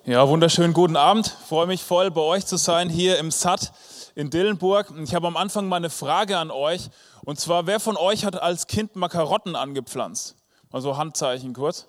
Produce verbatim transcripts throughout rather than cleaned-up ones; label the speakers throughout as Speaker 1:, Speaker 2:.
Speaker 1: Ja, wunderschönen guten Abend. Ich freue mich voll, bei euch zu sein, hier im S A T in Dillenburg. Ich habe am Anfang mal eine Frage an euch. Und zwar, wer von euch hat als Kind mal Karotten angepflanzt? Mal so Handzeichen kurz.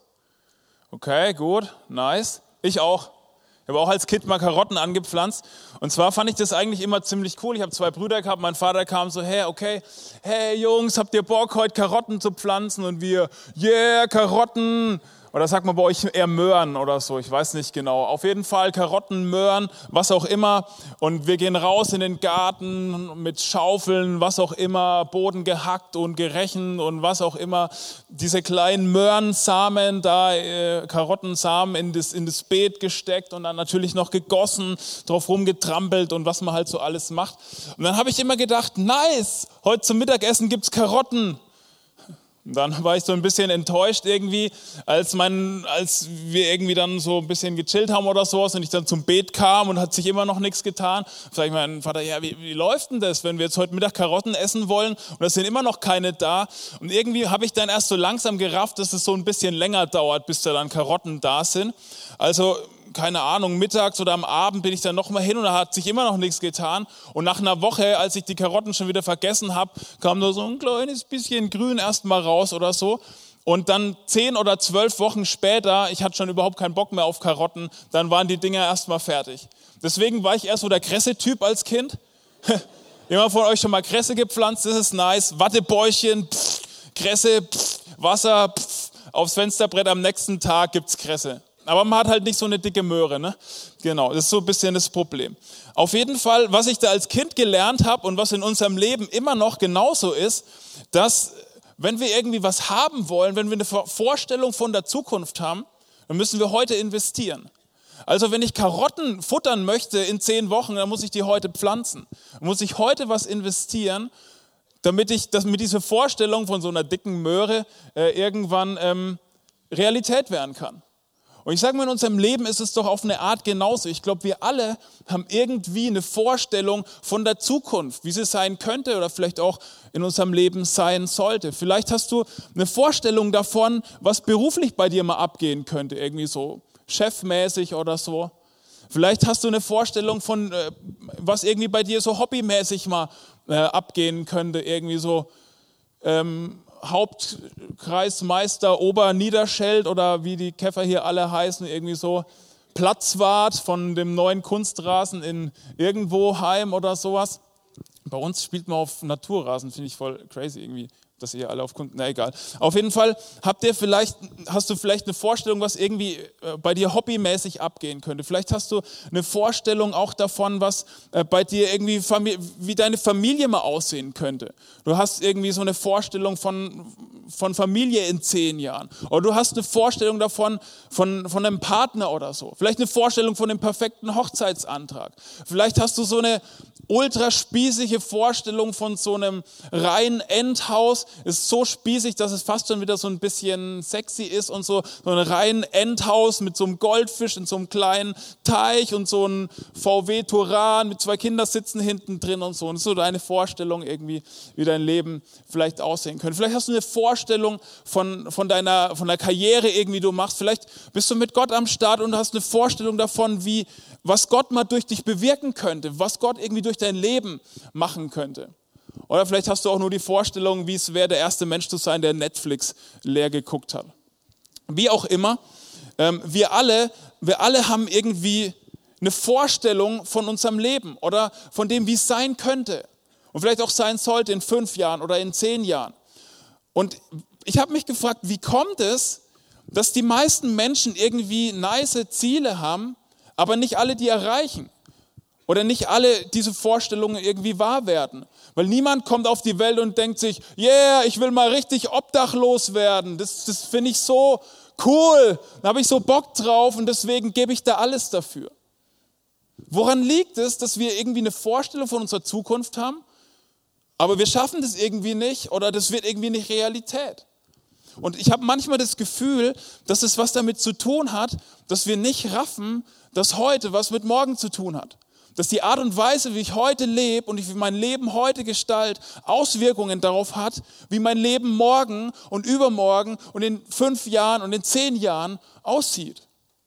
Speaker 1: Okay, gut, nice. Ich auch. Ich habe auch als Kind mal Karotten angepflanzt. Und zwar fand ich das eigentlich immer ziemlich cool. Ich habe zwei Brüder gehabt. Mein Vater kam so, hey, okay, hey Jungs, habt ihr Bock, heute Karotten zu pflanzen? Und wir, yeah, Karotten. Oder sagt man bei euch eher Möhren oder so, ich weiß nicht genau. Auf jeden Fall Karotten, Möhren, was auch immer. Und wir gehen raus in den Garten mit Schaufeln, was auch immer, Boden gehackt und gerechen und was auch immer. Diese kleinen Möhrensamen, da äh, Karottensamen in das, in das Beet gesteckt und dann natürlich noch gegossen, drauf rumgetrampelt und was man halt so alles macht. Und dann habe ich immer gedacht, nice, heute zum Mittagessen gibt's Karotten. Und dann war ich so ein bisschen enttäuscht irgendwie, als, mein, als wir irgendwie dann so ein bisschen gechillt haben oder sowas und ich dann zum Beet kam und hat sich immer noch nichts getan. Sag ich meinem Vater, ja, wie, wie läuft denn das, wenn wir jetzt heute Mittag Karotten essen wollen und es sind immer noch keine da? Und irgendwie habe ich dann erst so langsam gerafft, dass es so ein bisschen länger dauert, bis da dann Karotten da sind. Also keine Ahnung, mittags oder am Abend bin ich dann nochmal hin und da hat sich immer noch nichts getan. Und nach einer Woche, als ich die Karotten schon wieder vergessen habe, kam nur so ein kleines bisschen Grün erstmal raus oder so. Und dann zehn oder zwölf Wochen später, ich hatte schon überhaupt keinen Bock mehr auf Karotten, dann waren die Dinger erstmal fertig. Deswegen war ich erst so der Kresse-Typ als Kind. Jemand von euch schon mal Kresse gepflanzt, das ist nice. Wattebäuchchen, pff, Kresse, pff, Wasser, pff, aufs Fensterbrett, am nächsten Tag gibt's Kresse. Aber man hat halt nicht so eine dicke Möhre, ne? Genau, das ist so ein bisschen das Problem. Auf jeden Fall, was ich da als Kind gelernt habe und was in unserem Leben immer noch genauso ist, dass wenn wir irgendwie was haben wollen, wenn wir eine Vorstellung von der Zukunft haben, dann müssen wir heute investieren. Also wenn ich Karotten futtern möchte in zehn Wochen, dann muss ich die heute pflanzen. Dann muss ich heute was investieren, damit ich das mit dieser Vorstellung von so einer dicken Möhre äh, irgendwann ähm, Realität werden kann. Und ich sage mal, in unserem Leben ist es doch auf eine Art genauso. Ich glaube, wir alle haben irgendwie eine Vorstellung von der Zukunft, wie sie sein könnte oder vielleicht auch in unserem Leben sein sollte. Vielleicht hast du eine Vorstellung davon, was beruflich bei dir mal abgehen könnte, irgendwie so chefmäßig oder so. Vielleicht hast du eine Vorstellung von, was irgendwie bei dir so hobbymäßig mal abgehen könnte, irgendwie so ähm, Hauptkreismeister Oberniederscheld oder wie die Käfer hier alle heißen, irgendwie so Platzwart von dem neuen Kunstrasen in Irgendwoheim oder sowas. Bei uns spielt man auf Naturrasen, finde ich voll crazy irgendwie, dass ihr alle auf Kunden, na egal. Auf jeden Fall habt ihr vielleicht, hast du vielleicht eine Vorstellung, was irgendwie bei dir hobbymäßig abgehen könnte. Vielleicht hast du eine Vorstellung auch davon, was bei dir irgendwie, wie deine Familie mal aussehen könnte. Du hast irgendwie so eine Vorstellung von, von Familie in zehn Jahren. Oder du hast eine Vorstellung davon, von, von einem Partner oder so. Vielleicht eine Vorstellung von dem perfekten Hochzeitsantrag. Vielleicht hast du so eine ultra spießige Vorstellung von so einem reinen Endhaus. Ist so spießig, dass es fast schon wieder so ein bisschen sexy ist und so, so ein reinen Endhaus mit so einem Goldfisch in so einem kleinen Teich und so ein V W Touran mit zwei Kindersitzen hinten drin und so. Und das ist so deine Vorstellung irgendwie, wie dein Leben vielleicht aussehen könnte. Vielleicht hast du eine Vorstellung von, von deiner, von der Karriere irgendwie du machst. Vielleicht bist du mit Gott am Start und hast eine Vorstellung davon, wie, was Gott mal durch dich bewirken könnte, was Gott irgendwie durch dein Leben machen könnte. Oder vielleicht hast du auch nur die Vorstellung, wie es wäre, der erste Mensch zu sein, der Netflix leer geguckt hat. Wie auch immer, ähm, wir alle, wir alle haben irgendwie eine Vorstellung von unserem Leben oder von dem, wie es sein könnte und vielleicht auch sein sollte in fünf Jahren oder in zehn Jahren. Und ich habe mich gefragt, wie kommt es, dass die meisten Menschen irgendwie nice Ziele haben, aber nicht alle die erreichen? Oder nicht alle diese Vorstellungen irgendwie wahr werden. Weil niemand kommt auf die Welt und denkt sich, yeah, ich will mal richtig obdachlos werden. Das, das finde ich so cool. Da habe ich so Bock drauf und deswegen gebe ich da alles dafür. Woran liegt es, dass wir irgendwie eine Vorstellung von unserer Zukunft haben, aber wir schaffen das irgendwie nicht oder das wird irgendwie nicht Realität? Und ich habe manchmal das Gefühl, dass es was damit zu tun hat, dass wir nicht raffen, dass heute was mit morgen zu tun hat. Dass die Art und Weise, wie ich heute lebe und wie mein Leben heute gestalte, Auswirkungen darauf hat, wie mein Leben morgen und übermorgen und in fünf Jahren und in zehn Jahren aussieht.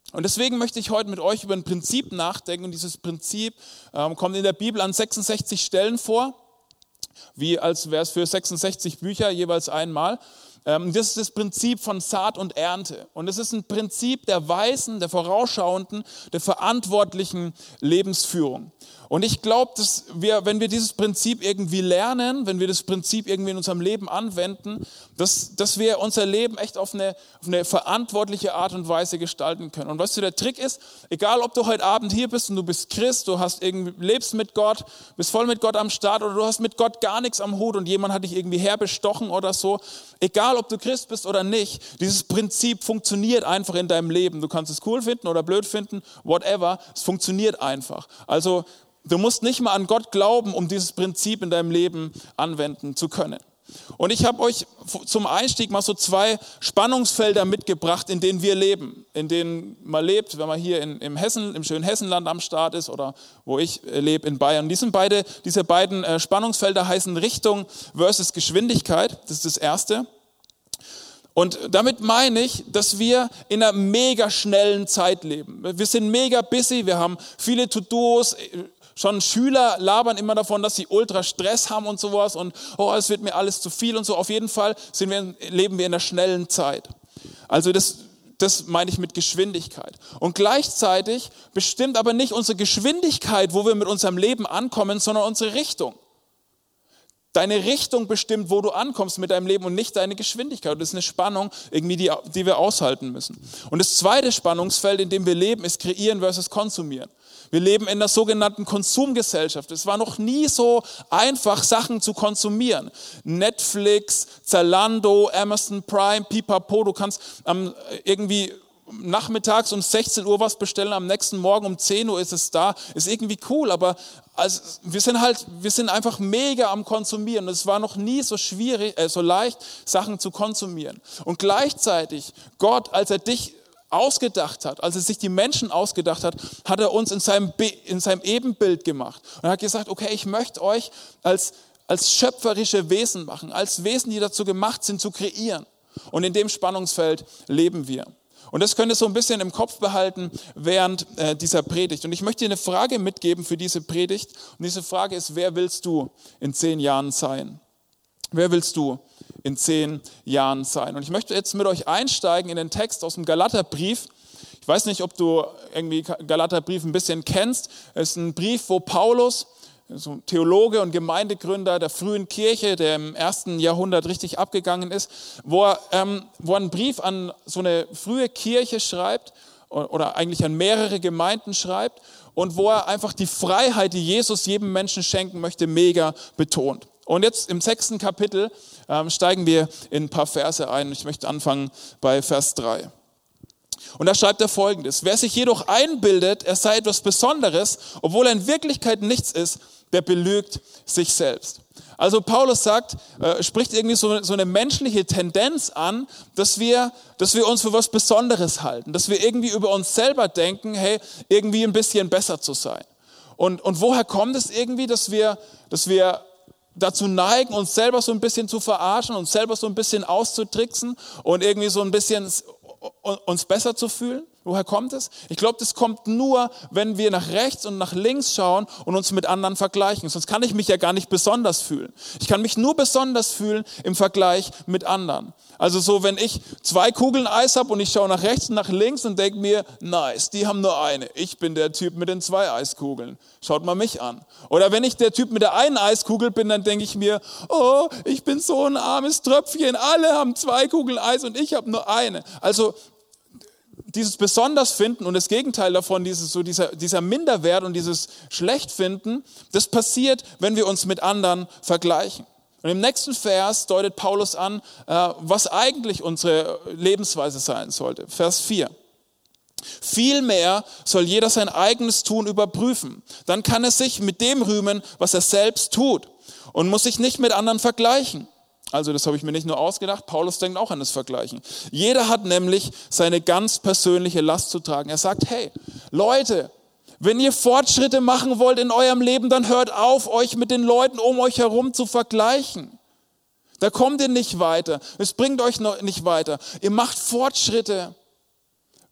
Speaker 1: Und deswegen möchte ich heute mit euch über ein Prinzip nachdenken. Und dieses Prinzip ähm, kommt in der Bibel an sechsundsechzig Stellen vor, wie als wäre es für sechsundsechzig Bücher jeweils einmal. Ähm, das ist das Prinzip von Saat und Ernte. Und es ist ein Prinzip der weisen, der vorausschauenden, der verantwortlichen Lebensführung. Und ich glaube, dass wir, wenn wir dieses Prinzip irgendwie lernen, wenn wir das Prinzip irgendwie in unserem Leben anwenden, dass, dass wir unser Leben echt auf eine, auf eine verantwortliche Art und Weise gestalten können. Und weißt du, der Trick ist, egal ob du heute Abend hier bist und du bist Christ, du hast irgendwie, lebst mit Gott, bist voll mit Gott am Start oder du hast mit Gott gar nichts am Hut und jemand hat dich irgendwie herbestochen oder so, egal ob du Christ bist oder nicht, dieses Prinzip funktioniert einfach in deinem Leben. Du kannst es cool finden oder blöd finden, whatever, es funktioniert einfach. Also du musst nicht mal an Gott glauben, um dieses Prinzip in deinem Leben anwenden zu können. Und ich habe euch zum Einstieg mal so zwei Spannungsfelder mitgebracht, in denen wir leben, in denen man lebt, wenn man hier in, im, Hessen, im schönen Hessenland am Start ist oder wo ich lebe in Bayern. Die sind beide, diese beiden Spannungsfelder heißen Richtung versus Geschwindigkeit, das ist das erste. Und damit meine ich, dass wir in einer mega schnellen Zeit leben. Wir sind mega busy, wir haben viele To-Dos. Schon Schüler labern immer davon, dass sie ultra Stress haben und sowas und oh, es wird mir alles zu viel und so. Auf jeden Fall sind wir, leben wir in einer schnellen Zeit. Also das, das meine ich mit Geschwindigkeit. Und gleichzeitig bestimmt aber nicht unsere Geschwindigkeit, wo wir mit unserem Leben ankommen, sondern unsere Richtung. Deine Richtung bestimmt, wo du ankommst mit deinem Leben und nicht deine Geschwindigkeit. Und das ist eine Spannung, irgendwie, die, die wir aushalten müssen. Und das zweite Spannungsfeld, in dem wir leben, ist Kreieren versus Konsumieren. Wir leben in der sogenannten Konsumgesellschaft. Es war noch nie so einfach, Sachen zu konsumieren. Netflix, Zalando, Amazon Prime, Pipapo, du kannst ähm, irgendwie nachmittags um sechzehn Uhr was bestellen, am nächsten Morgen um zehn Uhr ist es da. Ist irgendwie cool, aber also wir sind halt, wir sind einfach mega am Konsumieren. Es war noch nie so schwierig, äh, so leicht, Sachen zu konsumieren. Und gleichzeitig, Gott, als er dich ausgedacht hat, als er sich die Menschen ausgedacht hat, hat er uns in seinem, Be- in seinem Ebenbild gemacht und hat gesagt, okay, ich möchte euch als, als schöpferische Wesen machen, als Wesen, die dazu gemacht sind, zu kreieren. Und in dem Spannungsfeld leben wir. Und das könnt ihr so ein bisschen im Kopf behalten während äh, dieser Predigt. Und ich möchte dir eine Frage mitgeben für diese Predigt. Und diese Frage ist, wer willst du in zehn Jahren sein? Wer willst du in zehn Jahren sein? Und ich möchte jetzt mit euch einsteigen in den Text aus dem Galaterbrief. Ich weiß nicht, ob du irgendwie Galaterbrief ein bisschen kennst. Es ist ein Brief, wo Paulus, so Theologe und Gemeindegründer der frühen Kirche, der im ersten Jahrhundert richtig abgegangen ist, wo er, ähm, wo er einen Brief an so eine frühe Kirche schreibt oder eigentlich an mehrere Gemeinden schreibt und wo er einfach die Freiheit, die Jesus jedem Menschen schenken möchte, mega betont. Und jetzt im sechsten Kapitel ähm, steigen wir in ein paar Verse ein. Ich möchte anfangen bei Vers drei. Und da schreibt er Folgendes: Wer sich jedoch einbildet, er sei etwas Besonderes, obwohl er in Wirklichkeit nichts ist, der belügt sich selbst. Also Paulus sagt, äh, spricht irgendwie so, so eine menschliche Tendenz an, dass wir, dass wir uns für was Besonderes halten, dass wir irgendwie über uns selber denken, hey, irgendwie ein bisschen besser zu sein. Und, und woher kommt es irgendwie, dass wir, dass wir dazu neigen, uns selber so ein bisschen zu verarschen, uns selber so ein bisschen auszutricksen und irgendwie so ein bisschen uns besser zu fühlen? Woher kommt es? Ich glaube, das kommt nur, wenn wir nach rechts und nach links schauen und uns mit anderen vergleichen. Sonst kann ich mich ja gar nicht besonders fühlen. Ich kann mich nur besonders fühlen im Vergleich mit anderen. Also so, wenn ich zwei Kugeln Eis habe und ich schaue nach rechts und nach links und denke mir, nice, die haben nur eine. Ich bin der Typ mit den zwei Eiskugeln. Schaut mal mich an. Oder wenn ich der Typ mit der einen Eiskugel bin, dann denke ich mir, oh, ich bin so ein armes Tröpfchen. Alle haben zwei Kugeln Eis und ich habe nur eine. Also dieses Besondersfinden und das Gegenteil davon, dieses, so dieser, dieser Minderwert und dieses Schlechtfinden, das passiert, wenn wir uns mit anderen vergleichen. Und im nächsten Vers deutet Paulus an, was eigentlich unsere Lebensweise sein sollte. Vers vier. Vielmehr soll jeder sein eigenes Tun überprüfen. Dann kann er sich mit dem rühmen, was er selbst tut und muss sich nicht mit anderen vergleichen. Also das habe ich mir nicht nur ausgedacht, Paulus denkt auch an das Vergleichen. Jeder hat nämlich seine ganz persönliche Last zu tragen. Er sagt, hey, Leute, wenn ihr Fortschritte machen wollt in eurem Leben, dann hört auf, euch mit den Leuten um euch herum zu vergleichen. Da kommt ihr nicht weiter, es bringt euch noch nicht weiter. Ihr macht Fortschritte,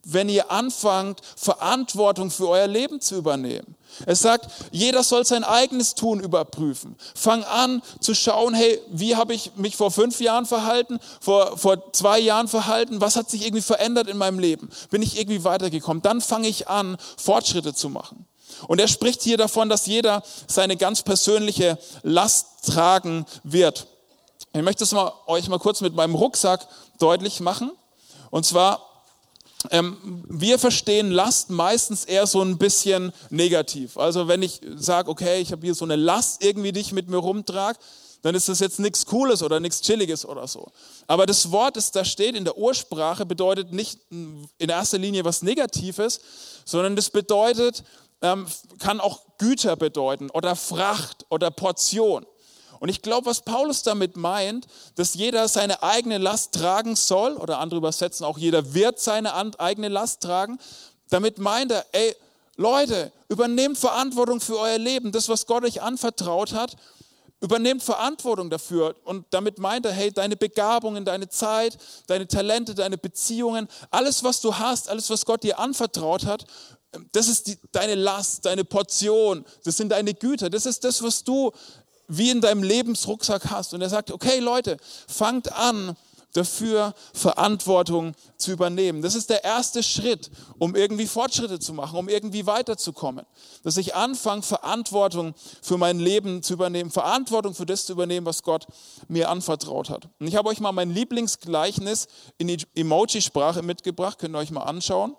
Speaker 2: wenn ihr anfangt, Verantwortung für euer Leben zu übernehmen. Es sagt, jeder soll sein eigenes Tun überprüfen. Fang an zu schauen, hey, wie habe ich mich vor fünf Jahren verhalten, vor, vor zwei Jahren verhalten, was hat sich irgendwie verändert in meinem Leben? Bin ich irgendwie weitergekommen? Dann fange ich an, Fortschritte zu machen. Und er spricht hier davon, dass jeder seine ganz persönliche Last tragen wird. Ich möchte es mal, euch mal kurz mit meinem Rucksack deutlich machen. Und zwar, ähm, wir verstehen Last meistens eher so ein bisschen negativ. Also wenn ich sage, okay, ich habe hier so eine Last irgendwie, die ich mit mir rumtrage, dann ist das jetzt nichts Cooles oder nichts Chilliges oder so. Aber das Wort, das da steht in der Ursprache, bedeutet nicht in erster Linie was Negatives, sondern das bedeutet, ähm, kann auch Güter bedeuten oder Fracht oder Portion. Und ich glaube, was Paulus damit meint, dass jeder seine eigene Last tragen soll, oder andere übersetzen auch, jeder wird seine eigene Last tragen. Damit meint er, ey, Leute, übernehmt Verantwortung für euer Leben, das, was Gott euch anvertraut hat, übernehmt Verantwortung dafür. Und damit meint er, hey, deine Begabungen, deine Zeit, deine Talente, deine Beziehungen, alles, was du hast, alles, was Gott dir anvertraut hat, das ist die, deine Last, deine Portion, das sind deine Güter, das ist das, was du wie in deinem Lebensrucksack hast. Und er sagt, okay Leute, fangt an, dafür Verantwortung zu übernehmen. Das ist der erste Schritt, um irgendwie Fortschritte zu machen, um irgendwie weiterzukommen. Dass ich anfange, Verantwortung für mein Leben zu übernehmen, Verantwortung für das zu übernehmen, was Gott mir anvertraut hat. Und ich habe euch mal mein Lieblingsgleichnis in die Emoji-Sprache mitgebracht, könnt ihr euch mal anschauen.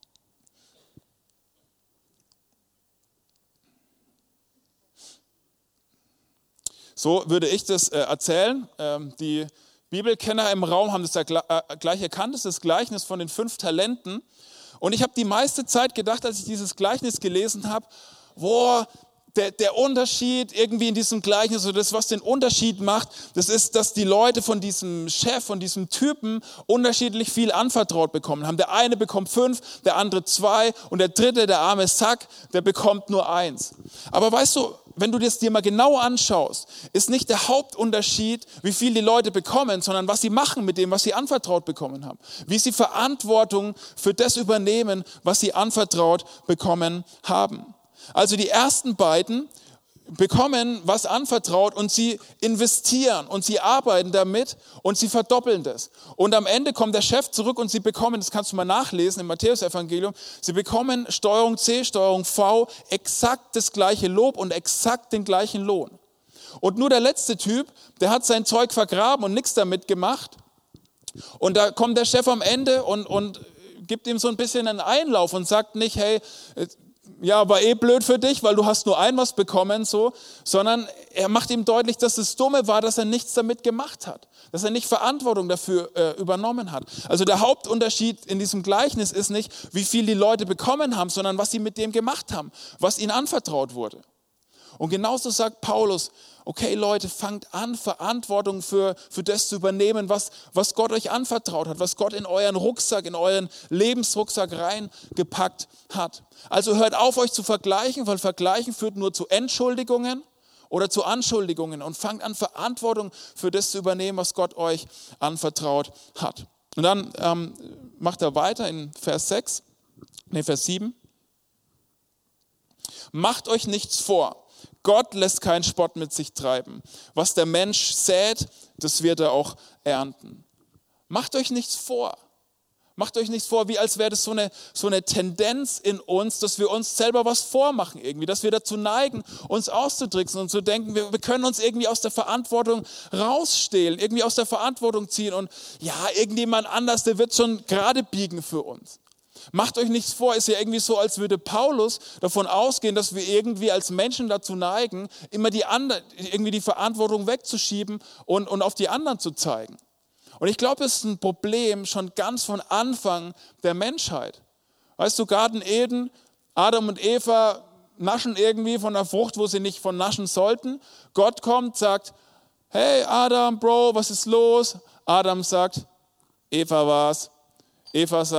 Speaker 2: So würde ich das äh, erzählen. Ähm, die Bibelkenner im Raum haben das ja gl- äh, gleich erkannt. Das ist das Gleichnis von den fünf Talenten. Und ich habe die meiste Zeit gedacht, als ich dieses Gleichnis gelesen habe, boah, der, der Unterschied irgendwie in diesem Gleichnis, oder das, was den Unterschied macht, das ist, dass die Leute von diesem Chef, von diesem Typen unterschiedlich viel anvertraut bekommen haben. Der eine bekommt fünf, der andere zwei und der dritte, der arme Sack, der bekommt nur eins. Aber weißt du, wenn du das dir mal genau anschaust, ist nicht der Hauptunterschied, wie viel die Leute bekommen, sondern was sie machen mit dem, was sie anvertraut bekommen haben. Wie sie Verantwortung für das übernehmen, was sie anvertraut bekommen haben. Also die ersten beiden bekommen was anvertraut und sie investieren und sie arbeiten damit und sie verdoppeln das. Und am Ende kommt der Chef zurück und sie bekommen, das kannst du mal nachlesen im Matthäus-Evangelium, sie bekommen Steuerung C, Steuerung V, exakt das gleiche Lob und exakt den gleichen Lohn. Und nur der letzte Typ, der hat sein Zeug vergraben und nichts damit gemacht. Und da kommt der Chef am Ende und, und gibt ihm so ein bisschen einen Einlauf und sagt nicht, hey, ja, war eh blöd für dich, weil du hast nur ein was bekommen, so, sondern er macht ihm deutlich, dass das Dumme war, dass er nichts damit gemacht hat, dass er nicht Verantwortung dafür äh, übernommen hat. Also der Hauptunterschied in diesem Gleichnis ist nicht, wie viel die Leute bekommen haben, sondern was sie mit dem gemacht haben, was ihnen anvertraut wurde. Und genauso sagt Paulus, okay Leute, fangt an, Verantwortung für, für das zu übernehmen, was, was Gott euch anvertraut hat, was Gott in euren Rucksack, in euren Lebensrucksack reingepackt hat. Also hört auf, euch zu vergleichen, weil Vergleichen führt nur zu Entschuldigungen oder zu Anschuldigungen und fangt an, Verantwortung für das zu übernehmen, was Gott euch anvertraut hat. Und dann ähm, macht er weiter in Vers sechs, nee, Vers sieben. Macht euch nichts vor. Gott lässt keinen Spott mit sich treiben. Was der Mensch sät, das wird er auch ernten. Macht euch nichts vor. Macht euch nichts vor, wie als wäre das so eine, so eine Tendenz in uns, dass wir uns selber was vormachen irgendwie, dass wir dazu neigen, uns auszutricksen und zu denken, wir, wir können uns irgendwie aus der Verantwortung rausstehlen, irgendwie aus der Verantwortung ziehen und ja, irgendjemand anders, der wird schon gerade biegen für uns. Macht euch nichts vor, ist ja irgendwie so, als würde Paulus davon ausgehen, dass wir irgendwie als Menschen dazu neigen, immer die anderen, irgendwie die Verantwortung wegzuschieben und, und auf die anderen zu zeigen. Und ich glaube, das ist ein Problem schon ganz von Anfang der Menschheit. Weißt du, Garten Eden, Adam und Eva naschen irgendwie von der Frucht, wo sie nicht von naschen sollten. Gott kommt, sagt, hey Adam, Bro, was ist los? Adam sagt, Eva war's. Eva sagt,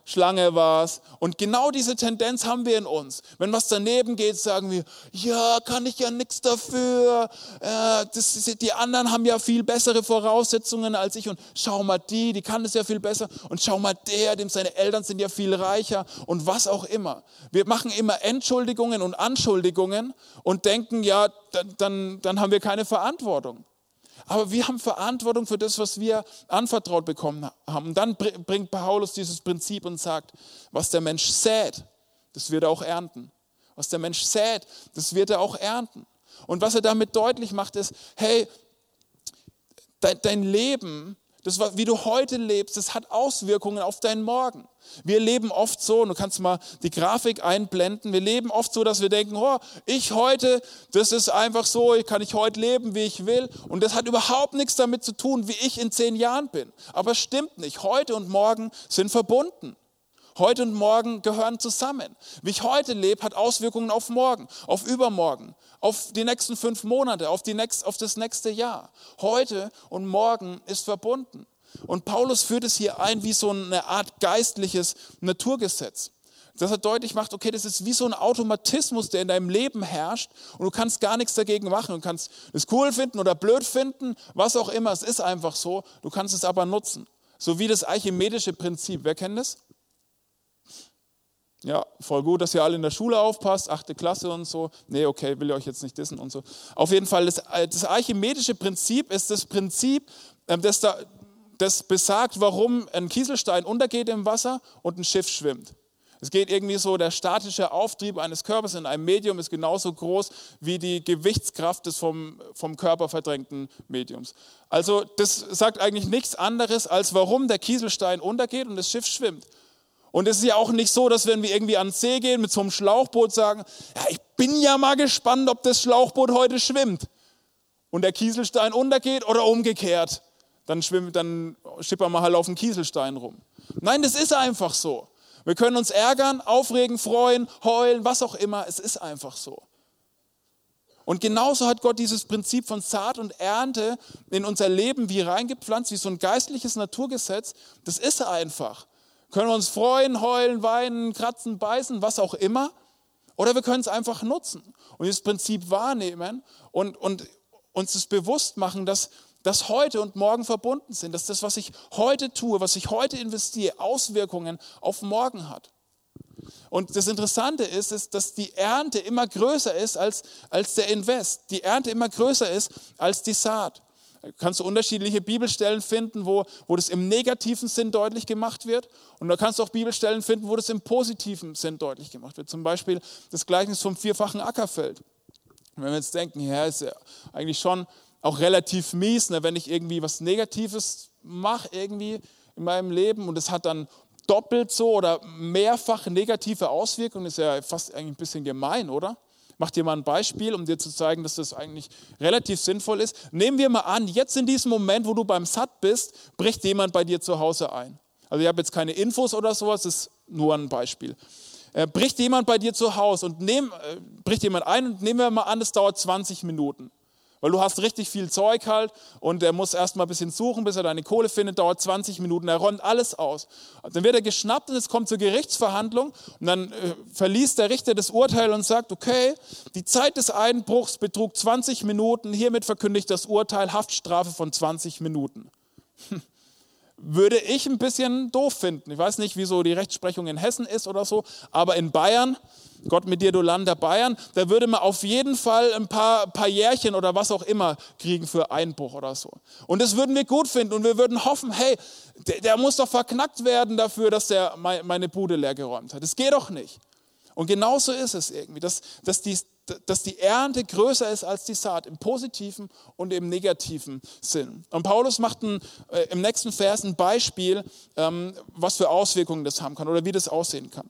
Speaker 2: Schlange war's. Und genau diese Tendenz haben wir in uns. Wenn was daneben geht, sagen wir, ja, kann ich ja nichts dafür. Äh, das ist, die anderen haben ja viel bessere Voraussetzungen als ich. Und schau mal die, die kann es ja viel besser. Und schau mal der, dem seine Eltern sind ja viel reicher. Und was auch immer. Wir machen immer Entschuldigungen und Anschuldigungen und denken, ja, dann, dann, dann haben wir keine Verantwortung. Aber wir haben Verantwortung für das, was wir anvertraut bekommen haben. Und dann bringt Paulus dieses Prinzip und sagt, was der Mensch sät, das wird er auch ernten. Was der Mensch sät, das wird er auch ernten. Und was er damit deutlich macht, ist, hey, dein Leben, das, wie du heute lebst, das hat Auswirkungen auf deinen Morgen. Wir leben oft so, und du kannst mal die Grafik einblenden, wir leben oft so, dass wir denken, oh, ich heute, das ist einfach so, ich kann ich heute leben, wie ich will. Und das hat überhaupt nichts damit zu tun, wie ich in zehn Jahren bin. Aber es stimmt nicht, heute und morgen sind verbunden. Heute und morgen gehören zusammen. Wie ich heute lebe, hat Auswirkungen auf morgen, auf übermorgen, auf die nächsten fünf Monate, auf, die nächst, auf das nächste Jahr. Heute und morgen ist verbunden. Und Paulus führt es hier ein wie so eine Art geistliches Naturgesetz. Dass er deutlich macht, okay, das ist wie so ein Automatismus, der in deinem Leben herrscht und du kannst gar nichts dagegen machen. Du kannst es cool finden oder blöd finden, was auch immer, es ist einfach so. Du kannst es aber nutzen. So wie das archimedische Prinzip. Wer kennt das? Ja, voll gut, dass ihr alle in der Schule aufpasst, achte Klasse und so. Nee, okay, will ich euch jetzt nicht dissen und so. Auf jeden Fall, das, das archimedische Prinzip ist das Prinzip, das da das besagt, warum ein Kieselstein untergeht im Wasser und ein Schiff schwimmt. Es geht irgendwie so, der statische Auftrieb eines Körpers in einem Medium ist genauso groß wie die Gewichtskraft des vom, vom Körper verdrängten Mediums. Also das sagt eigentlich nichts anderes, als warum der Kieselstein untergeht und das Schiff schwimmt. Und es ist ja auch nicht so, dass wenn wir irgendwie an den See gehen mit so einem Schlauchboot sagen, ja, ich bin ja mal gespannt, ob das Schlauchboot heute schwimmt. Und der Kieselstein untergeht oder umgekehrt. Dann, schwimmen, dann schippern wir halt auf den Kieselstein rum. Nein, das ist einfach so. Wir können uns ärgern, aufregen, freuen, heulen, was auch immer. Es ist einfach so. Und genauso hat Gott dieses Prinzip von Saat und Ernte in unser Leben wie reingepflanzt, wie so ein geistliches Naturgesetz. Das ist einfach. Können wir uns freuen, heulen, weinen, kratzen, beißen, was auch immer. Oder wir können es einfach nutzen und dieses Prinzip wahrnehmen und, und uns das bewusst machen, dass dass heute und morgen verbunden sind, dass das, was ich heute tue, was ich heute investiere, Auswirkungen auf morgen hat. Und das Interessante ist, ist, dass die Ernte immer größer ist als, als der Invest. Die Ernte immer größer ist als die Saat. Da kannst du unterschiedliche Bibelstellen finden, wo, wo das im negativen Sinn deutlich gemacht wird. Und da kannst du auch Bibelstellen finden, wo das im positiven Sinn deutlich gemacht wird. Zum Beispiel das Gleichnis vom vierfachen Ackerfeld. Und wenn wir jetzt denken, ja, ist ja eigentlich schon auch relativ mies, ne, wenn ich irgendwie was Negatives mache irgendwie in meinem Leben und es hat dann doppelt so oder mehrfach negative Auswirkungen, ist ja fast eigentlich ein bisschen gemein, oder? Ich mache dir mal ein Beispiel, um dir zu zeigen, dass das eigentlich relativ sinnvoll ist. Nehmen wir mal an, jetzt in diesem Moment, wo du beim Satt bist, bricht jemand bei dir zu Hause ein. Also ich habe jetzt keine Infos oder sowas, das ist nur ein Beispiel. Äh, bricht jemand bei dir zu Hause und nehm, äh, bricht jemand ein und nehmen wir mal an, es dauert zwanzig Minuten. Weil du hast richtig viel Zeug halt und er muss erst mal ein bisschen suchen, bis er deine Kohle findet, dauert zwanzig Minuten, er räumt alles aus. Dann wird er geschnappt und es kommt zur Gerichtsverhandlung und dann äh, verliest der Richter das Urteil und sagt, okay, die Zeit des Einbruchs betrug zwanzig Minuten, hiermit verkündigt das Urteil Haftstrafe von zwanzig Minuten. Hm. Würde ich ein bisschen doof finden. Ich weiß nicht, wieso die Rechtsprechung in Hessen ist oder so, aber in Bayern, Gott mit dir, du Land der Bayern, da würde man auf jeden Fall ein paar, paar Jährchen oder was auch immer kriegen für Einbruch oder so. Und das würden wir gut finden und wir würden hoffen, hey, der, der muss doch verknackt werden dafür, dass der meine Bude leer geräumt hat. Das geht doch nicht. Und genauso ist es irgendwie, dass, dass, die, dass die Ernte größer ist als die Saat, im positiven und im negativen Sinn. Und Paulus macht ein, äh, im nächsten Vers ein Beispiel, ähm, was für Auswirkungen das haben kann oder wie das aussehen kann.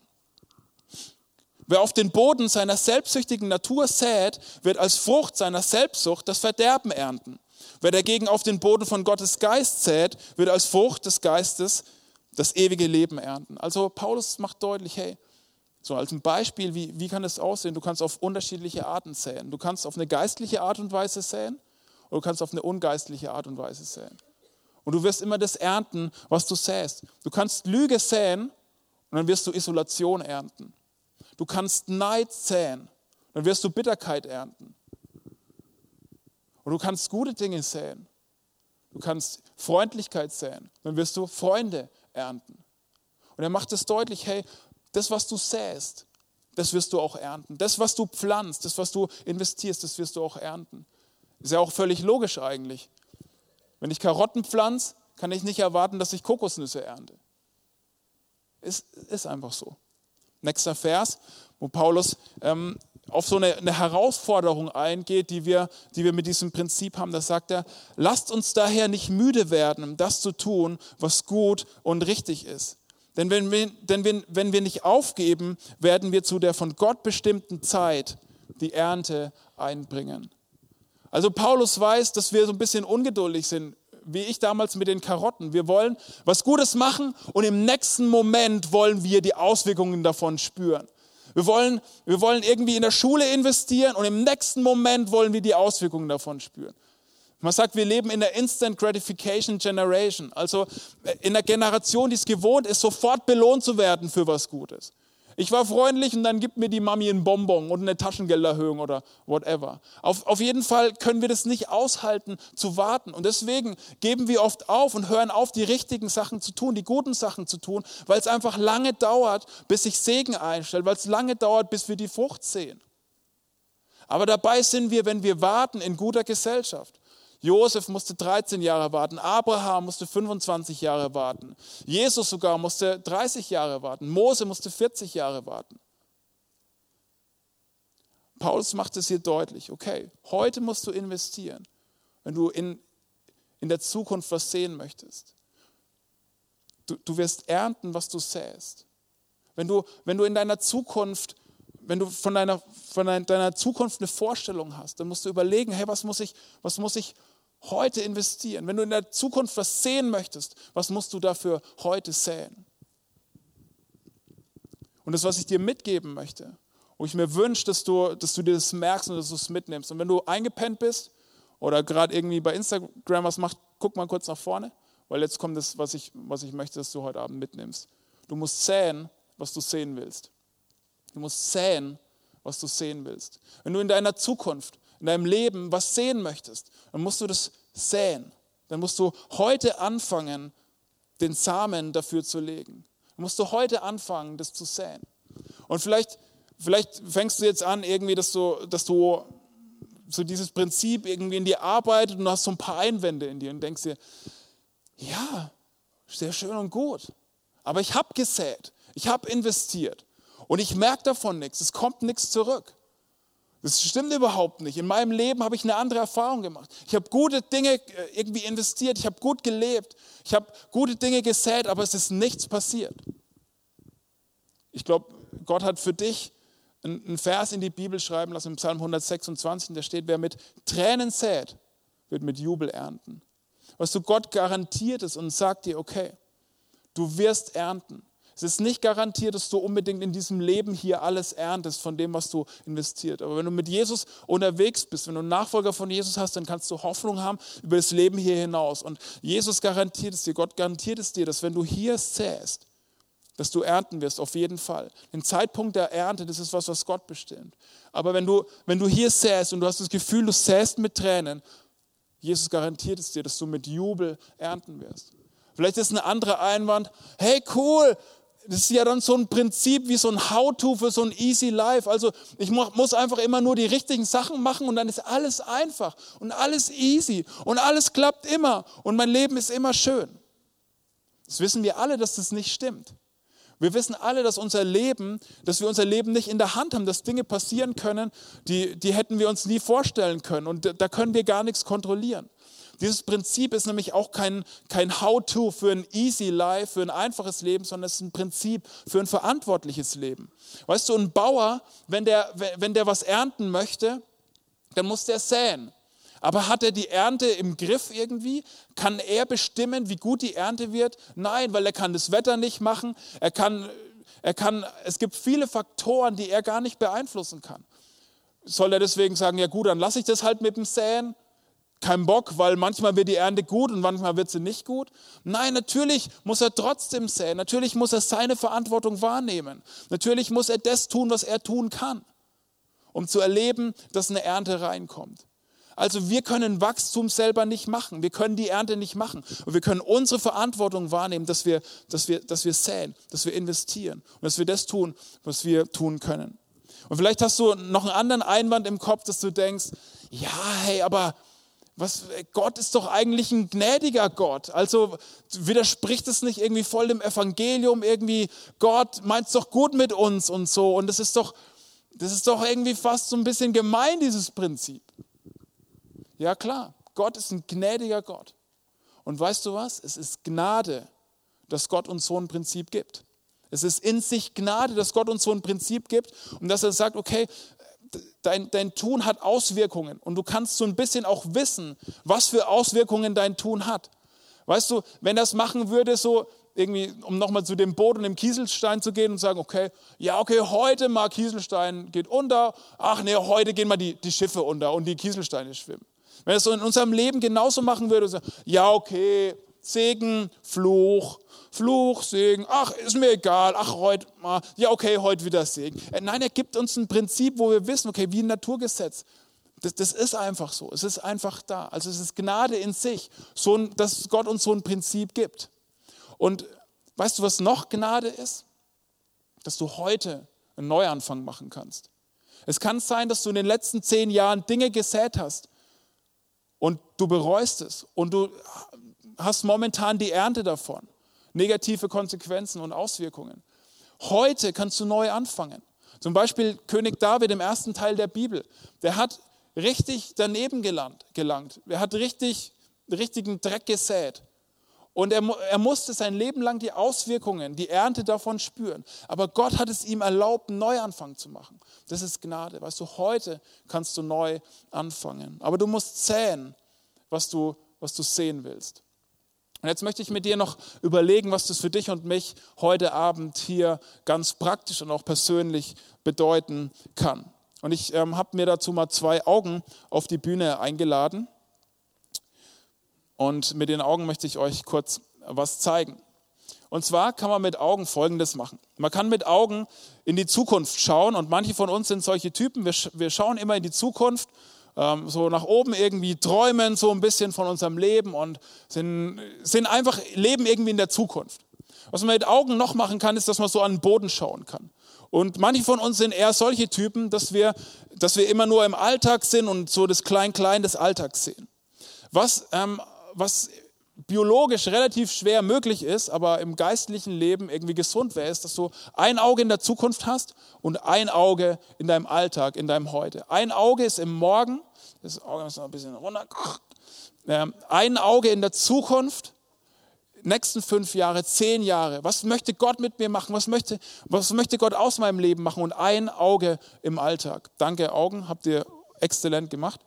Speaker 2: Wer auf den Boden seiner selbstsüchtigen Natur sät, wird als Frucht seiner Selbstsucht das Verderben ernten. Wer dagegen auf den Boden von Gottes Geist sät, wird als Frucht des Geistes das ewige Leben ernten. Also Paulus macht deutlich, hey, so als ein Beispiel, wie, wie kann es aussehen? Du kannst auf unterschiedliche Arten säen. Du kannst auf eine geistliche Art und Weise säen oder du kannst auf eine ungeistliche Art und Weise säen. Und du wirst immer das ernten, was du säst. Du kannst Lüge säen und dann wirst du Isolation ernten. Du kannst Neid säen, dann wirst du Bitterkeit ernten. Und du kannst gute Dinge säen. Du kannst Freundlichkeit säen, dann wirst du Freunde ernten. Und er macht es deutlich, hey, das, was du säst, das wirst du auch ernten. Das, was du pflanzt, das, was du investierst, das wirst du auch ernten. Ist ja auch völlig logisch eigentlich. Wenn ich Karotten pflanze, kann ich nicht erwarten, dass ich Kokosnüsse ernte. Ist, ist einfach so. Nächster Vers, wo Paulus ähm, auf so eine, eine Herausforderung eingeht, die wir, die wir mit diesem Prinzip haben. Da sagt er, lasst uns daher nicht müde werden, das zu tun, was gut und richtig ist. Denn wenn wir, denn wenn, wenn wir nicht aufgeben, werden wir zu der von Gott bestimmten Zeit die Ernte einbringen. Also Paulus weiß, dass wir so ein bisschen ungeduldig sind, wie ich damals mit den Karotten. Wir wollen was Gutes machen und im nächsten Moment wollen wir die Auswirkungen davon spüren. Wir wollen, wir wollen irgendwie in der Schule investieren und im nächsten Moment wollen wir die Auswirkungen davon spüren. Man sagt, wir leben in der Instant Gratification Generation, also in der Generation, die es gewohnt ist, sofort belohnt zu werden für was Gutes. Ich war freundlich und dann gibt mir die Mami einen Bonbon und eine Taschengelderhöhung oder whatever. Auf, auf jeden Fall können wir das nicht aushalten, zu warten. Und deswegen geben wir oft auf und hören auf, die richtigen Sachen zu tun, die guten Sachen zu tun, weil es einfach lange dauert, bis sich Segen einstellt, weil es lange dauert, bis wir die Frucht sehen. Aber dabei sind wir, wenn wir warten, in guter Gesellschaft. Josef musste dreizehn Jahre warten, Abraham musste fünfundzwanzig Jahre warten, Jesus sogar musste dreißig Jahre warten, Mose musste vierzig Jahre warten. Paulus macht es hier deutlich, okay, heute musst du investieren, wenn du in, in der Zukunft was sehen möchtest. Du, du wirst ernten, was du säst. Wenn du, wenn du in deiner Zukunft, wenn du von deiner, von deiner Zukunft eine Vorstellung hast, dann musst du überlegen, hey, was muss ich, was muss ich heute investieren? Wenn du in der Zukunft was sehen möchtest, was musst du dafür heute säen? Und das, was ich dir mitgeben möchte, wo ich mir wünsche, dass du, dass du dir das merkst und dass du es mitnimmst. Und wenn du eingepennt bist oder gerade irgendwie bei Instagram was machst, guck mal kurz nach vorne, weil jetzt kommt das, was ich, was ich möchte, dass du heute Abend mitnimmst. Du musst säen, was du sehen willst. Du musst säen, was du sehen willst. Wenn du in deiner Zukunft, in deinem Leben was sehen möchtest, dann musst du das säen. Dann musst du heute anfangen, den Samen dafür zu legen. Dann musst du heute anfangen, das zu säen. Und vielleicht, vielleicht fängst du jetzt an, irgendwie, dass du, dass du so dieses Prinzip irgendwie in dir arbeitet und du hast so ein paar Einwände in dir und denkst dir, ja, sehr schön und gut, aber ich habe gesät, ich habe investiert. Und ich merke davon nichts, es kommt nichts zurück. Das stimmt überhaupt nicht. In meinem Leben habe ich eine andere Erfahrung gemacht. Ich habe gute Dinge irgendwie investiert, ich habe gut gelebt, ich habe gute Dinge gesät, aber es ist nichts passiert. Ich glaube, Gott hat für dich einen Vers in die Bibel schreiben lassen, im Psalm hundertsechsundzwanzig, da steht, wer mit Tränen sät, wird mit Jubel ernten. Was du, Gott garantiert es und sagt dir, okay, du wirst ernten. Es ist nicht garantiert, dass du unbedingt in diesem Leben hier alles erntest von dem, was du investiert. Aber wenn du mit Jesus unterwegs bist, wenn du einen Nachfolger von Jesus hast, dann kannst du Hoffnung haben über das Leben hier hinaus. Und Jesus garantiert es dir, Gott garantiert es dir, dass wenn du hier säst, dass du ernten wirst, auf jeden Fall. Den Zeitpunkt der Ernte, das ist was, was Gott bestimmt. Aber wenn du, wenn du hier säst und du hast das Gefühl, du säst mit Tränen, Jesus garantiert es dir, dass du mit Jubel ernten wirst. Vielleicht ist ein anderer Einwand, hey cool, das ist ja dann so ein Prinzip wie so ein How-to für so ein easy life. Also ich muss einfach immer nur die richtigen Sachen machen und dann ist alles einfach und alles easy und alles klappt immer und mein Leben ist immer schön. Das wissen wir alle, dass das nicht stimmt. Wir wissen alle, dass unser Leben, dass wir unser Leben nicht in der Hand haben, dass Dinge passieren können, die, die hätten wir uns nie vorstellen können und da können wir gar nichts kontrollieren. Dieses Prinzip ist nämlich auch kein, kein How-to für ein easy life, für ein einfaches Leben, sondern es ist ein Prinzip für ein verantwortliches Leben. Weißt du, ein Bauer, wenn der, wenn der was ernten möchte, dann muss der säen. Aber hat er die Ernte im Griff irgendwie? Kann er bestimmen, wie gut die Ernte wird? Nein, weil er kann das Wetter nicht machen. Er kann, er kann, es gibt viele Faktoren, die er gar nicht beeinflussen kann. Soll er deswegen sagen, ja gut, dann lasse ich das halt mit dem Säen? keinen Bock, weil manchmal wird die Ernte gut und manchmal wird sie nicht gut. Nein, natürlich muss er trotzdem säen. Natürlich muss er seine Verantwortung wahrnehmen. Natürlich muss er das tun, was er tun kann, um zu erleben, dass eine Ernte reinkommt. Also wir können Wachstum selber nicht machen. Wir können die Ernte nicht machen. Und wir können unsere Verantwortung wahrnehmen, dass wir, dass wir, dass wir säen, dass wir investieren und dass wir das tun, was wir tun können. Und vielleicht hast du noch einen anderen Einwand im Kopf, dass du denkst, ja, hey, aber was, Gott ist doch eigentlich ein gnädiger Gott. Also widerspricht es nicht irgendwie voll dem Evangelium, irgendwie Gott meint es doch gut mit uns und so. Und das ist doch, das ist doch irgendwie fast so ein bisschen gemein, dieses Prinzip. Ja klar, Gott ist ein gnädiger Gott. Und weißt du was? Es ist Gnade, dass Gott uns so ein Prinzip gibt. Es ist in sich Gnade, dass Gott uns so ein Prinzip gibt und dass er sagt, okay, dein, dein Tun hat Auswirkungen und du kannst so ein bisschen auch wissen, was für Auswirkungen dein Tun hat. Weißt du, wenn das machen würde, so irgendwie, um nochmal zu dem Boot und dem Kieselstein zu gehen und sagen, okay, ja, okay, heute mal Kieselstein geht unter, ach nee, heute gehen mal die, die Schiffe unter und die Kieselsteine schwimmen. Wenn es so in unserem Leben genauso machen würde, so, ja, okay, Segen, Fluch, Fluch, Segen, ach, ist mir egal, ach, heute mal, ja, okay, heute wieder Segen. Nein, er gibt uns ein Prinzip, wo wir wissen, okay, wie ein Naturgesetz. Das, das ist einfach so, es ist einfach da. Also es ist Gnade in sich, so ein, dass Gott uns so ein Prinzip gibt. Und weißt du, was noch Gnade ist? Dass du heute einen Neuanfang machen kannst. Es kann sein, dass du in den letzten zehn Jahren Dinge gesät hast und du bereust es und du hast momentan die Ernte davon. Negative Konsequenzen und Auswirkungen. Heute kannst du neu anfangen. Zum Beispiel König David im ersten Teil der Bibel. Der hat richtig daneben gelangt. gelangt. Er hat richtig, richtigen Dreck gesät. Und er, er musste sein Leben lang die Auswirkungen, die Ernte davon spüren. Aber Gott hat es ihm erlaubt, einen Neuanfang zu machen. Das ist Gnade. Weißt du, heute kannst du neu anfangen. Aber du musst säen, was du, was du sehen willst. Und jetzt möchte ich mit dir noch überlegen, was das für dich und mich heute Abend hier ganz praktisch und auch persönlich bedeuten kann. Und ich ähm, habe mir dazu mal zwei Augen auf die Bühne eingeladen. Und mit den Augen möchte ich euch kurz was zeigen. Und zwar kann man mit Augen Folgendes machen. Man kann mit Augen in die Zukunft schauen und manche von uns sind solche Typen. Wir, wir schauen immer in die Zukunft, ähm, so nach oben irgendwie träumen so ein bisschen von unserem Leben und sind, sind einfach, leben irgendwie in der Zukunft. Was man mit Augen noch machen kann, ist, dass man so an den Boden schauen kann. Und manche von uns sind eher solche Typen, dass wir, dass wir immer nur im Alltag sind und so das Klein-Klein des Alltags sehen. Was ähm, Was biologisch relativ schwer möglich ist, aber im geistlichen Leben irgendwie gesund wäre, ist, dass du ein Auge in der Zukunft hast und ein Auge in deinem Alltag, in deinem Heute. Ein Auge ist im Morgen, das Auge ist noch ein bisschen runter, ein Auge in der Zukunft, nächsten fünf Jahre, zehn Jahre. Was möchte Gott mit mir machen? Was möchte, was möchte Gott aus meinem Leben machen? Und ein Auge im Alltag. Danke, Augen, habt ihr exzellent gemacht.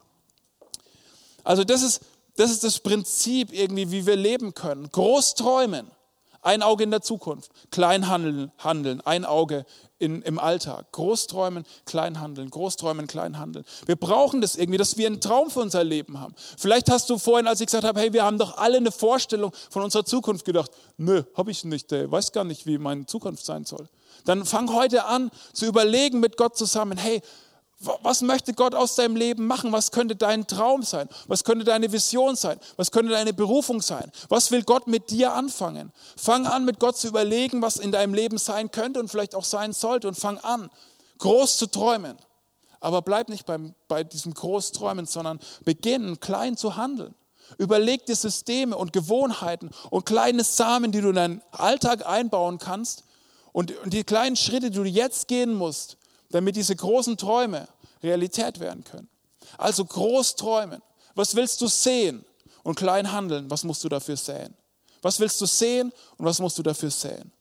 Speaker 2: Also das ist Das ist das Prinzip irgendwie, wie wir leben können. Groß träumen, ein Auge in der Zukunft. Klein handeln, handeln ein Auge in, im Alltag. Groß träumen, klein handeln. Groß träumen, klein handeln. Wir brauchen das irgendwie, dass wir einen Traum für unser Leben haben. Vielleicht hast du vorhin, als ich gesagt habe, hey, wir haben doch alle eine Vorstellung von unserer Zukunft gedacht. Nö, habe ich nicht. Ich weiß gar nicht, wie meine Zukunft sein soll. Dann fang heute an zu überlegen mit Gott zusammen, hey, was möchte Gott aus deinem Leben machen? Was könnte dein Traum sein? Was könnte deine Vision sein? Was könnte deine Berufung sein? Was will Gott mit dir anfangen? Fang an, mit Gott zu überlegen, was in deinem Leben sein könnte und vielleicht auch sein sollte. Und fang an, groß zu träumen. Aber bleib nicht beim, bei diesem Großträumen, sondern beginn, klein zu handeln. Überleg dir Systeme und Gewohnheiten und kleine Samen, die du in deinen Alltag einbauen kannst. Und, und die kleinen Schritte, die du jetzt gehen musst, damit diese großen Träume Realität werden können. Also groß träumen. Was willst du sehen? Und klein handeln. Was musst du dafür säen? Was willst du sehen und was musst du dafür säen?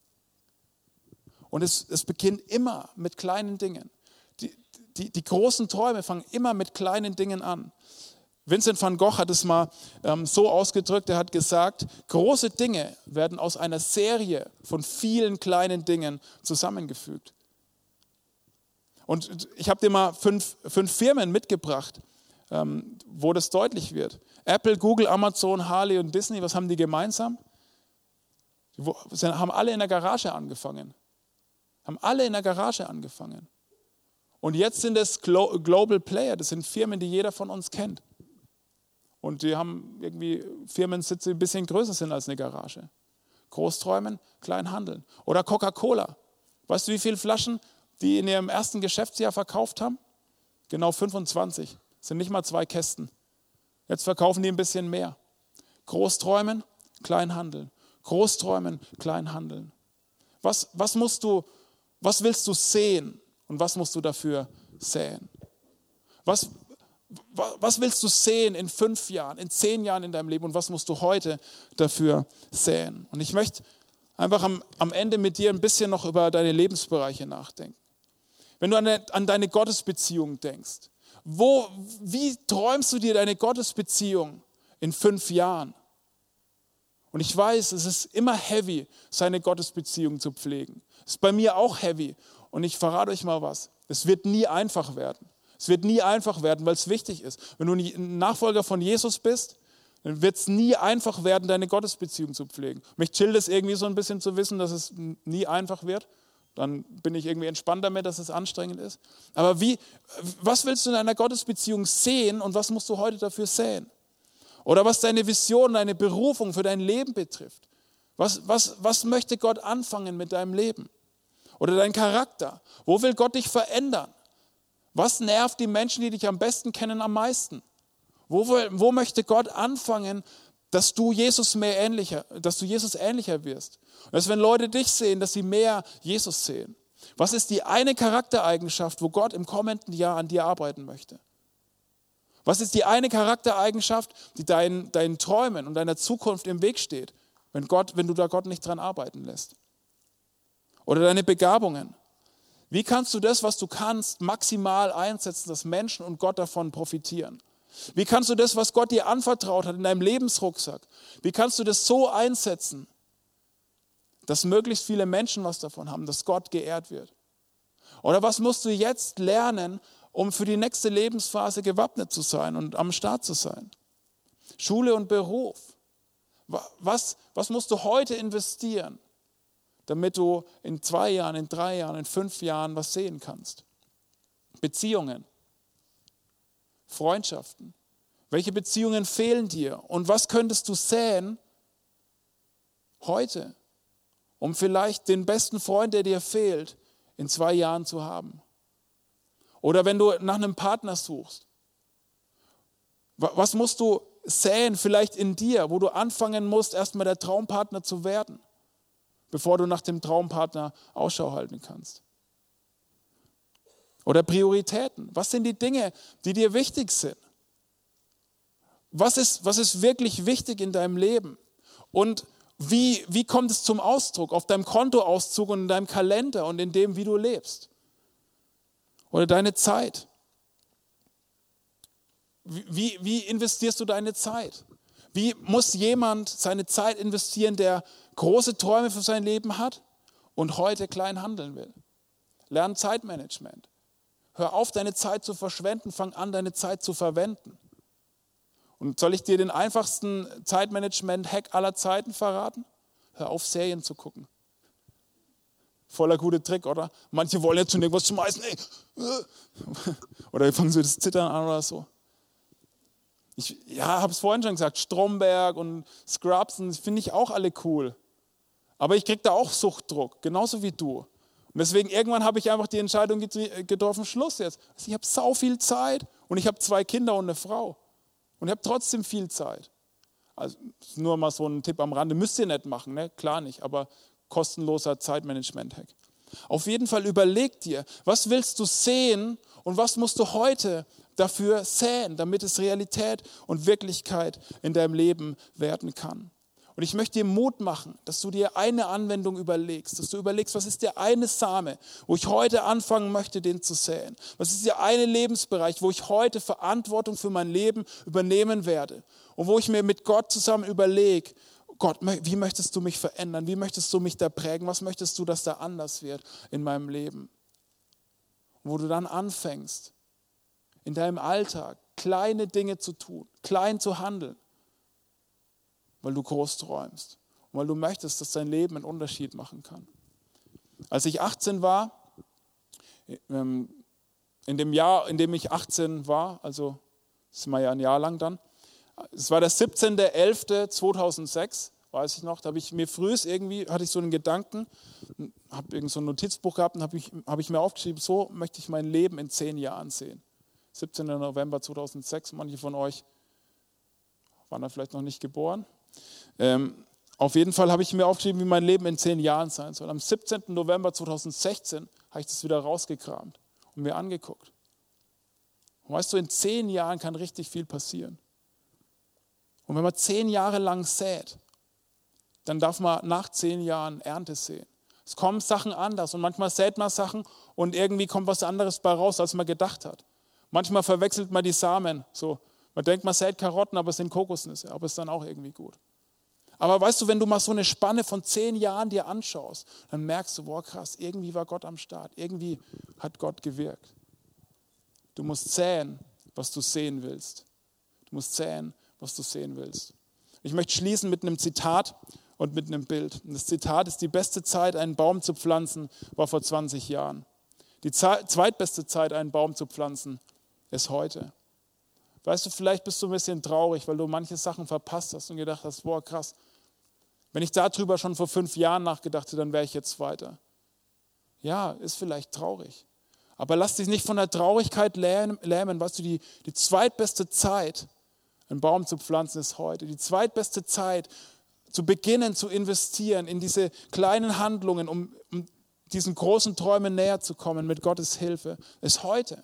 Speaker 2: Und es, es beginnt immer mit kleinen Dingen. Die, die, die großen Träume fangen immer mit kleinen Dingen an. Vincent van Gogh hat es mal ähm, so ausgedrückt, er hat gesagt, große Dinge werden aus einer Serie von vielen kleinen Dingen zusammengefügt. Und ich habe dir mal fünf, fünf Firmen mitgebracht, ähm, wo das deutlich wird. Apple, Google, Amazon, Harley und Disney, was haben die gemeinsam? Die haben alle in der Garage angefangen. Haben alle in der Garage angefangen. Und jetzt sind es Global Player, das sind Firmen, die jeder von uns kennt. Und die haben irgendwie Firmensitze, die ein bisschen größer sind als eine Garage. Großträumen, klein handeln. Oder Coca-Cola. Weißt du, wie viele Flaschen die in ihrem ersten Geschäftsjahr verkauft haben? Genau fünfundzwanzig. Das sind nicht mal zwei Kästen. Jetzt verkaufen die ein bisschen mehr. Großträumen, klein handeln. Großträumen, klein handeln. Was, was musst du, was willst du sehen und was musst du dafür säen? Was, was willst du sehen in fünf Jahren, in zehn Jahren in deinem Leben und was musst du heute dafür säen? Und ich möchte einfach am, am Ende mit dir ein bisschen noch über deine Lebensbereiche nachdenken. Wenn du an, de, an deine Gottesbeziehung denkst, wo, wie träumst du dir deine Gottesbeziehung in fünf Jahren? Und ich weiß, es ist immer heavy, seine Gottesbeziehung zu pflegen. Es ist bei mir auch heavy. Und ich verrate euch mal was. Es wird nie einfach werden. Es wird nie einfach werden, weil es wichtig ist. Wenn du ein Nachfolger von Jesus bist, dann wird es nie einfach werden, deine Gottesbeziehung zu pflegen. Mich chillt es irgendwie so ein bisschen zu wissen, dass es nie einfach wird. Dann bin ich irgendwie entspannt damit, dass es anstrengend ist. Aber wie, was willst du in deiner Gottesbeziehung sehen und was musst du heute dafür säen? Oder was deine Vision, deine Berufung für dein Leben betrifft. Was, was, was möchte Gott anfangen mit deinem Leben? Oder dein Charakter. Wo will Gott dich verändern? Was nervt die Menschen, die dich am besten kennen, am meisten? Wo, wo möchte Gott anfangen, dass du Jesus mehr ähnlicher, dass du Jesus ähnlicher wirst? Und dass wenn Leute dich sehen, dass sie mehr Jesus sehen. Was ist die eine Charaktereigenschaft, wo Gott im kommenden Jahr an dir arbeiten möchte? Was ist die eine Charaktereigenschaft, die deinen, deinen Träumen und deiner Zukunft im Weg steht, wenn, Gott, wenn du da Gott nicht dran arbeiten lässt? Oder deine Begabungen. Wie kannst du das, was du kannst, maximal einsetzen, dass Menschen und Gott davon profitieren? Wie kannst du das, was Gott dir anvertraut hat in deinem Lebensrucksack, wie kannst du das so einsetzen, dass möglichst viele Menschen was davon haben, dass Gott geehrt wird? Oder was musst du jetzt lernen, um für die nächste Lebensphase gewappnet zu sein und am Start zu sein? Schule und Beruf. Was, was musst du heute investieren, damit du in zwei Jahren, in drei Jahren, in fünf Jahren was sehen kannst? Beziehungen, Freundschaften. Welche Beziehungen fehlen dir? Und was könntest du säen heute, um vielleicht den besten Freund, der dir fehlt, in zwei Jahren zu haben? Oder wenn du nach einem Partner suchst, was musst du säen vielleicht in dir, wo du anfangen musst, erstmal der Traumpartner zu werden, bevor du nach dem Traumpartner Ausschau halten kannst? Oder Prioritäten. Was sind die Dinge, die dir wichtig sind? Was ist, was ist wirklich wichtig in deinem Leben? Und wie, wie kommt es zum Ausdruck auf deinem Kontoauszug und in deinem Kalender und in dem, wie du lebst? Oder deine Zeit. Wie, wie investierst du deine Zeit? Wie muss jemand seine Zeit investieren, der große Träume für sein Leben hat und heute klein handeln will? Lern Zeitmanagement. Hör auf, deine Zeit zu verschwenden, fang an, deine Zeit zu verwenden. Und soll ich dir den einfachsten Zeitmanagement-Hack aller Zeiten verraten? Hör auf, Serien zu gucken. Voller guter Trick, oder? Manche wollen jetzt schon irgendwas schmeißen. Ey. Oder fangen sie das Zittern an oder so. Ich ja, habe es vorhin schon gesagt, Stromberg und Scrubs, finde ich auch alle cool. Aber ich kriege da auch Suchtdruck, genauso wie du. Und deswegen irgendwann habe ich einfach die Entscheidung getroffen, Schluss jetzt. Also ich habe sau viel Zeit und ich habe zwei Kinder und eine Frau. Und ich habe trotzdem viel Zeit. Also nur mal so ein Tipp am Rande, müsst ihr nicht machen, ne? Klar nicht, aber kostenloser Zeitmanagement-Hack. Auf jeden Fall überleg dir, was willst du sehen und was musst du heute dafür säen, damit es Realität und Wirklichkeit in deinem Leben werden kann. Und ich möchte dir Mut machen, dass du dir eine Anwendung überlegst, dass du überlegst, was ist der eine Same, wo ich heute anfangen möchte, den zu säen? Was ist der eine Lebensbereich, wo ich heute Verantwortung für mein Leben übernehmen werde? Und wo ich mir mit Gott zusammen überlege, Gott, wie möchtest du mich verändern? Wie möchtest du mich da prägen? Was möchtest du, dass da anders wird in meinem Leben? Und wo du dann anfängst, in deinem Alltag kleine Dinge zu tun, klein zu handeln, weil du groß träumst und weil du möchtest, dass dein Leben einen Unterschied machen kann. Als ich achtzehn war, in dem Jahr, in dem ich achtzehn war, also das ist mal ja ein Jahr lang dann, es war der siebzehnter elfter zweitausendsechs, weiß ich noch, da habe ich mir frühs irgendwie, hatte ich so einen Gedanken, habe irgend so ein Notizbuch gehabt und habe ich, hab ich mir aufgeschrieben, so möchte ich mein Leben in zehn Jahren sehen. siebzehnter November zweitausendsechs, manche von euch waren da vielleicht noch nicht geboren. Ähm, auf jeden Fall habe ich mir aufgeschrieben, wie mein Leben in zehn Jahren sein soll. Am siebzehnten November zweitausendsechzehn habe ich das wieder rausgekramt und mir angeguckt. Und weißt du, in zehn Jahren kann richtig viel passieren. Und wenn man zehn Jahre lang sät, dann darf man nach zehn Jahren Ernte sehen. Es kommen Sachen anders und manchmal sät man Sachen und irgendwie kommt was anderes bei raus, als man gedacht hat. Manchmal verwechselt man die Samen. So, man denkt, man sät Karotten, aber es sind Kokosnüsse, aber es ist dann auch irgendwie gut. Aber weißt du, wenn du mal so eine Spanne von zehn Jahren dir anschaust, dann merkst du, boah krass, irgendwie war Gott am Start, irgendwie hat Gott gewirkt. Du musst säen, was du sehen willst. Du musst säen, was du sehen willst. Ich möchte schließen mit einem Zitat und mit einem Bild. Und das Zitat ist: Die beste Zeit, einen Baum zu pflanzen, war vor zwanzig Jahren. Die zweitbeste Zeit, einen Baum zu pflanzen, ist heute. Weißt du, vielleicht bist du ein bisschen traurig, weil du manche Sachen verpasst hast und gedacht hast, boah krass, wenn ich darüber schon vor fünf Jahren nachgedacht hätte, dann wäre ich jetzt weiter. Ja, ist vielleicht traurig. Aber lass dich nicht von der Traurigkeit lähmen. Weißt du, die, die zweitbeste Zeit, einen Baum zu pflanzen, ist heute. Die zweitbeste Zeit, zu beginnen zu investieren in diese kleinen Handlungen, um, um diesen großen Träumen näher zu kommen mit Gottes Hilfe, ist heute.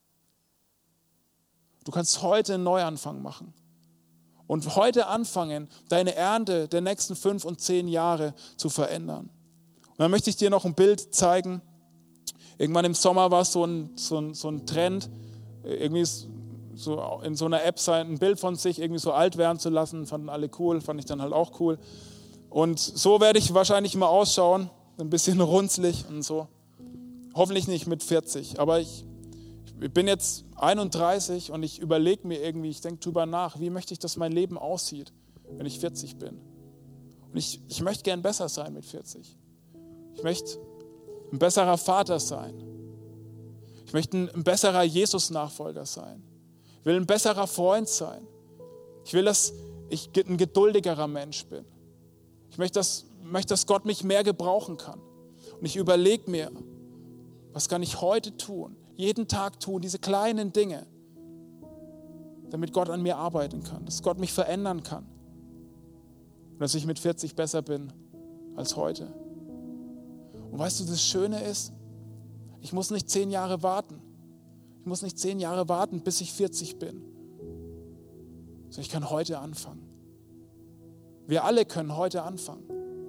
Speaker 2: Du kannst heute einen Neuanfang machen und heute anfangen, deine Ernte der nächsten fünf und zehn Jahre zu verändern. Und dann möchte ich dir noch ein Bild zeigen. Irgendwann im Sommer war es so ein, so ein, so ein Trend, irgendwie so in so einer App sein, ein Bild von sich irgendwie so alt werden zu lassen. Fanden alle cool, fand ich dann halt auch cool. Und so werde ich wahrscheinlich mal ausschauen, ein bisschen runzlig und so. Hoffentlich nicht mit vierzig, aber ich, ich bin jetzt einunddreißig und ich überlege mir irgendwie, ich denke drüber nach, wie möchte ich, dass mein Leben aussieht, wenn ich vierzig bin. Und ich, ich möchte gern besser sein mit vierzig. Ich möchte ein besserer Vater sein. Ich möchte ein, ein besserer Jesus-Nachfolger sein. Ich will ein besserer Freund sein. Ich will, dass ich ein geduldigerer Mensch bin. Ich möchte, dass, möchte, dass Gott mich mehr gebrauchen kann. Und ich überlege mir, was kann ich heute tun, jeden Tag tun, diese kleinen Dinge, damit Gott an mir arbeiten kann, dass Gott mich verändern kann und dass ich mit vierzig besser bin als heute. Und weißt du, das Schöne ist, ich muss nicht zehn Jahre warten. Ich muss nicht zehn Jahre warten, bis ich vierzig bin. So, ich kann heute anfangen. Wir alle können heute anfangen.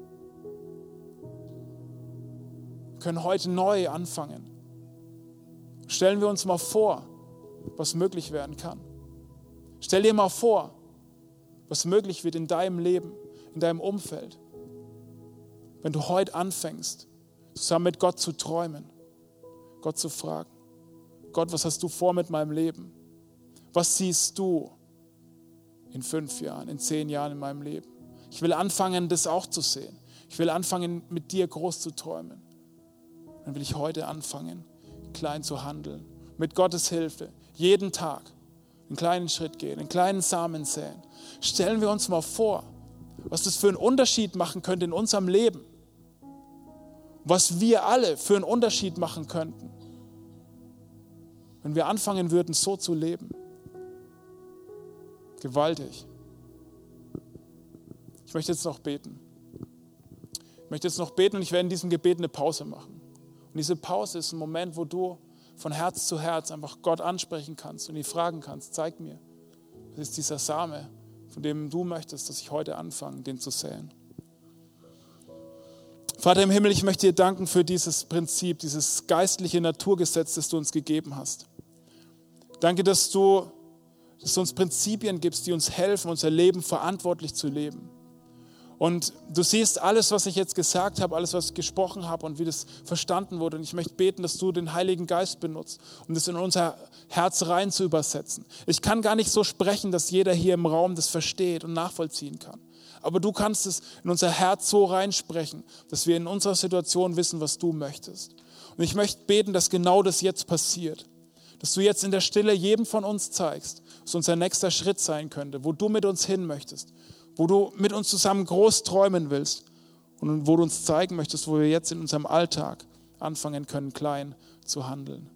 Speaker 2: Wir können heute neu anfangen. Stellen wir uns mal vor, was möglich werden kann. Stell dir mal vor, was möglich wird in deinem Leben, in deinem Umfeld, wenn du heute anfängst, zusammen mit Gott zu träumen, Gott zu fragen: Gott, was hast du vor mit meinem Leben? Was siehst du in fünf Jahren, in zehn Jahren in meinem Leben? Ich will anfangen, das auch zu sehen. Ich will anfangen, mit dir groß zu träumen. Dann will ich heute anfangen, klein zu handeln. Mit Gottes Hilfe. Jeden Tag einen kleinen Schritt gehen, einen kleinen Samen säen. Stellen wir uns mal vor, was das für einen Unterschied machen könnte in unserem Leben. Was wir alle für einen Unterschied machen könnten, wenn wir anfangen würden, so zu leben. Gewaltig. Ich möchte jetzt noch beten. Ich möchte jetzt noch beten und ich werde in diesem Gebet eine Pause machen. Und diese Pause ist ein Moment, wo du von Herz zu Herz einfach Gott ansprechen kannst und ihn fragen kannst: Zeig mir, was ist dieser Same, von dem du möchtest, dass ich heute anfange, den zu säen. Vater im Himmel, ich möchte dir danken für dieses Prinzip, dieses geistliche Naturgesetz, das du uns gegeben hast. Danke, dass du, dass du uns Prinzipien gibst, die uns helfen, unser Leben verantwortlich zu leben. Und du siehst alles, was ich jetzt gesagt habe, alles, was ich gesprochen habe und wie das verstanden wurde. Und ich möchte beten, dass du den Heiligen Geist benutzt, um das in unser Herz rein zu übersetzen. Ich kann gar nicht so sprechen, dass jeder hier im Raum das versteht und nachvollziehen kann. Aber du kannst es in unser Herz so reinsprechen, dass wir in unserer Situation wissen, was du möchtest. Und ich möchte beten, dass genau das jetzt passiert. Dass du jetzt in der Stille jedem von uns zeigst, was unser nächster Schritt sein könnte, wo du mit uns hin möchtest, wo du mit uns zusammen groß träumen willst und wo du uns zeigen möchtest, wo wir jetzt in unserem Alltag anfangen können, klein zu handeln.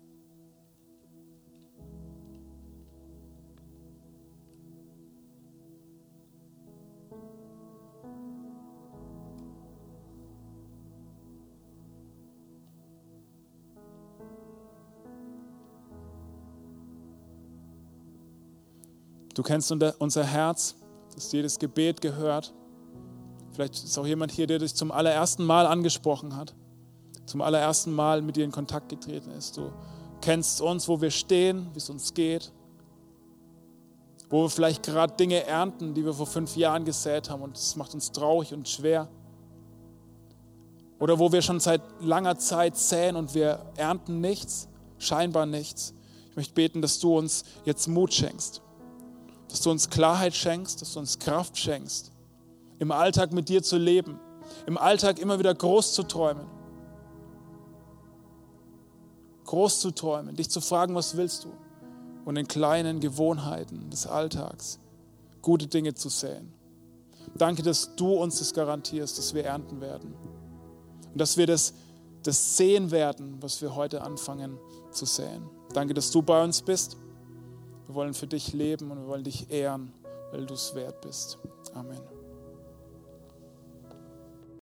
Speaker 2: Du kennst unser Herz, dass jedes Gebet gehört. Vielleicht ist auch jemand hier, der dich zum allerersten Mal angesprochen hat, zum allerersten Mal mit dir in Kontakt getreten ist. Du kennst uns, wo wir stehen, wie es uns geht, wo wir vielleicht gerade Dinge ernten, die wir vor fünf Jahren gesät haben und das macht uns traurig und schwer. Oder wo wir schon seit langer Zeit säen und wir ernten nichts, scheinbar nichts. Ich möchte beten, dass du uns jetzt Mut schenkst. Dass du uns Klarheit schenkst, dass du uns Kraft schenkst, im Alltag mit dir zu leben, im Alltag immer wieder groß zu träumen. Groß zu träumen, dich zu fragen, was willst du? Und in kleinen Gewohnheiten des Alltags gute Dinge zu säen. Danke, dass du uns das garantierst, dass wir ernten werden. Und dass wir das, das sehen werden, was wir heute anfangen zu säen. Danke, dass du bei uns bist. Wir wollen für dich leben und wir wollen dich ehren, weil du es wert bist. Amen.